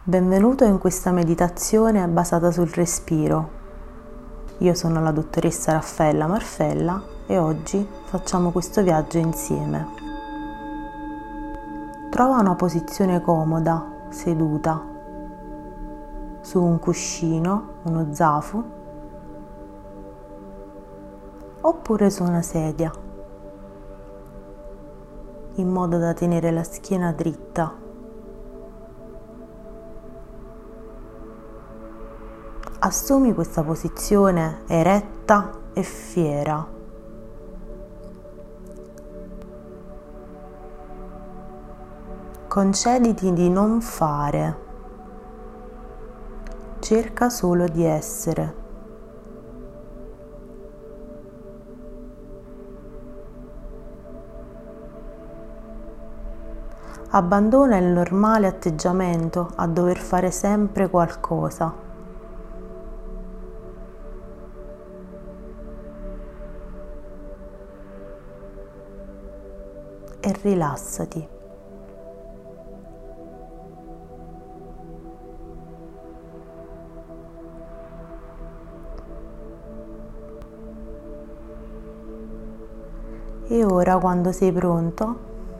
Benvenuto in questa meditazione basata sul respiro. Io sono la dottoressa Raffaella Marfella e oggi facciamo questo viaggio insieme. Trova una posizione comoda, seduta, su un cuscino, uno zafu, oppure su una sedia, in modo da tenere la schiena dritta. Assumi questa posizione eretta e fiera. Concediti di non fare, cerca solo di essere. Abbandona il normale atteggiamento a dover fare sempre qualcosa. E rilassati. E ora, quando sei pronto,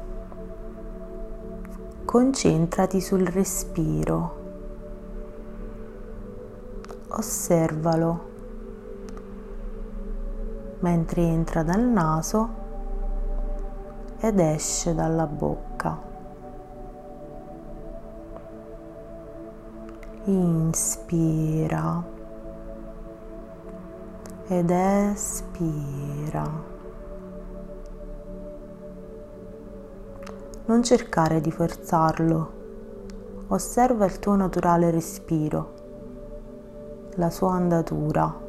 concentrati sul respiro. Osservalo mentre entra dal naso ed esce dalla bocca. Inspira ed espira. Non cercare di forzarlo. Osserva il tuo naturale respiro, la sua andatura.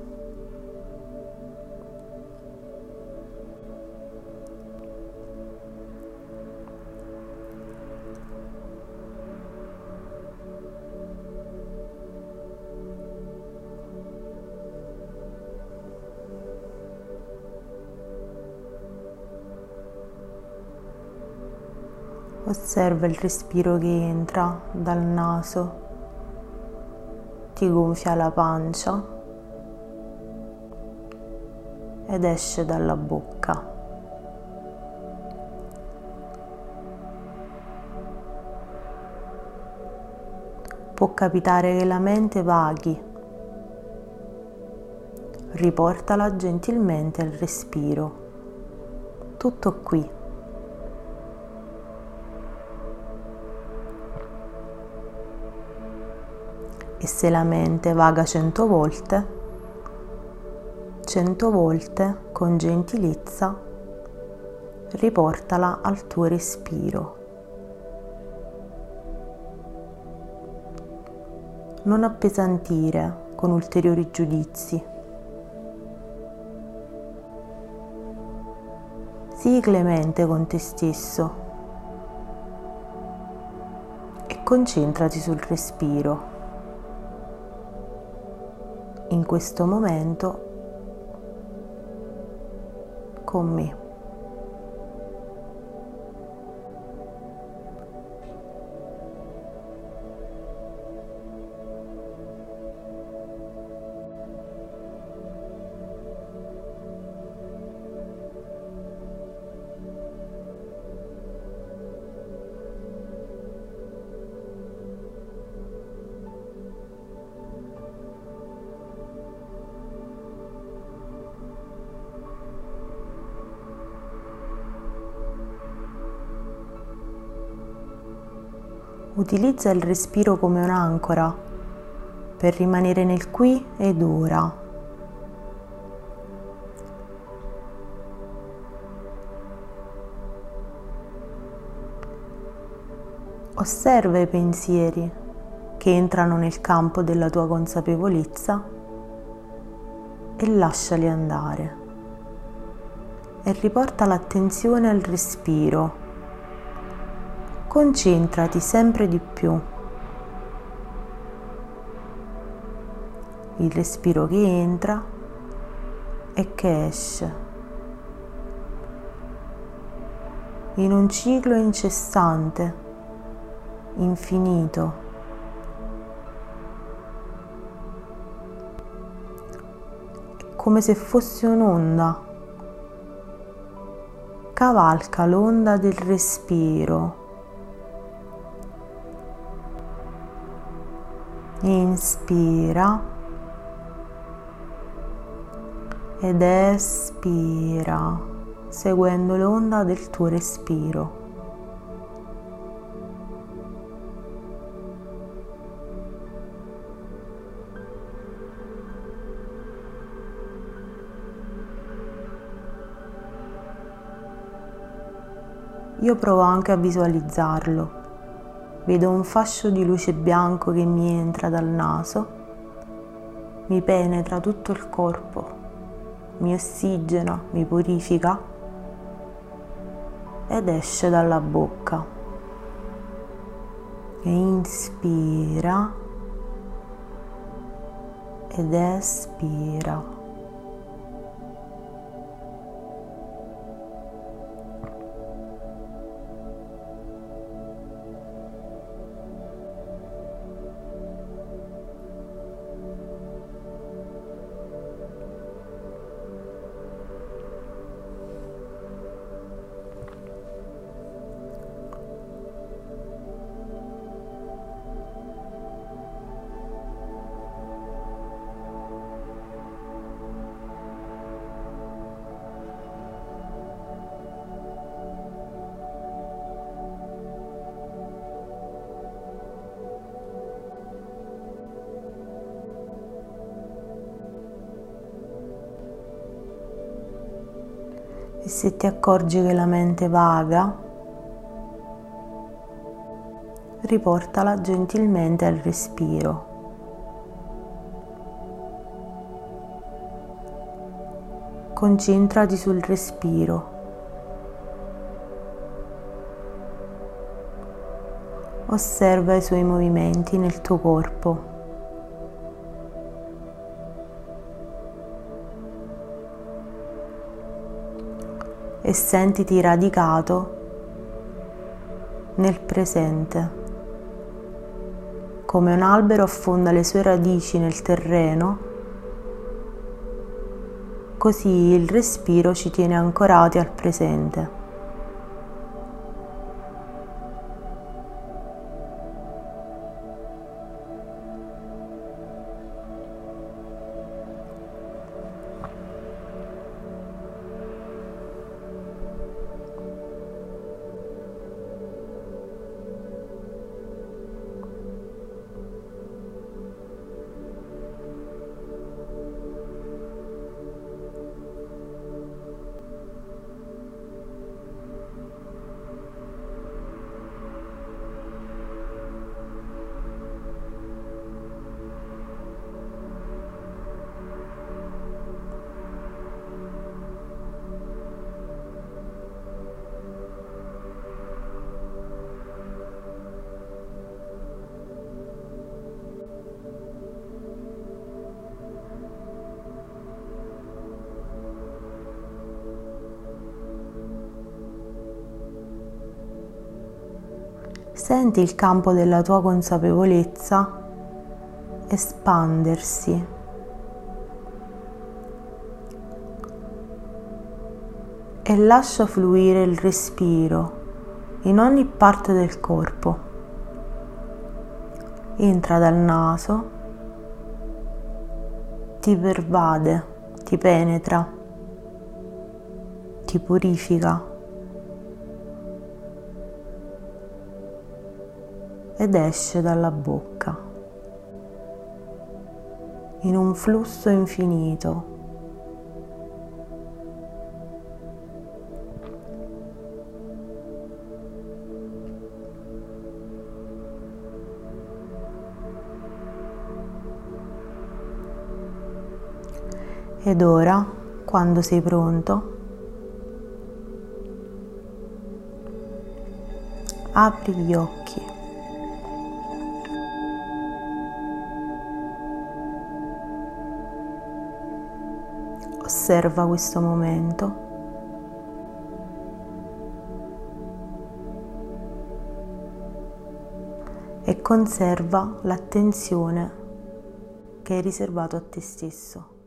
Osserva il respiro che entra dal naso, ti gonfia la pancia ed esce dalla bocca. Può capitare che la mente vaghi. Riportala gentilmente al respiro. Tutto qui. E se la mente vaga 100 volte, con gentilezza, riportala al tuo respiro. Non appesantire con ulteriori giudizi. Sii clemente con te stesso e concentrati sul respiro. In questo momento con me. Utilizza il respiro come un'ancora per rimanere nel qui ed ora. Osserva i pensieri che entrano nel campo della tua consapevolezza e lasciali andare. E riporta l'attenzione al respiro. Concentrati sempre di più. Il respiro che entra e che esce. In un ciclo incessante, infinito, come se fosse un'onda. Cavalca l'onda del respiro. Inspira ed espira, seguendo l'onda del tuo respiro. Io provo anche a visualizzarlo. Vedo un fascio di luce bianco che mi entra dal naso, mi penetra tutto il corpo, mi ossigena, mi purifica ed esce dalla bocca. E inspira ed espira. E se ti accorgi che la mente vaga, riportala gentilmente al respiro. Concentrati sul respiro. Osserva i suoi movimenti nel tuo corpo. E sentiti radicato nel presente, come un albero affonda le sue radici nel terreno, così il respiro ci tiene ancorati al presente. Senti il campo della tua consapevolezza espandersi. E lascia fluire il respiro in ogni parte del corpo. Entra dal naso, ti pervade, ti penetra, ti purifica ed esce dalla bocca in un flusso infinito. Ed ora, quando sei pronto, apri gli occhi. Osserva questo momento e conserva l'attenzione che hai riservato a te stesso.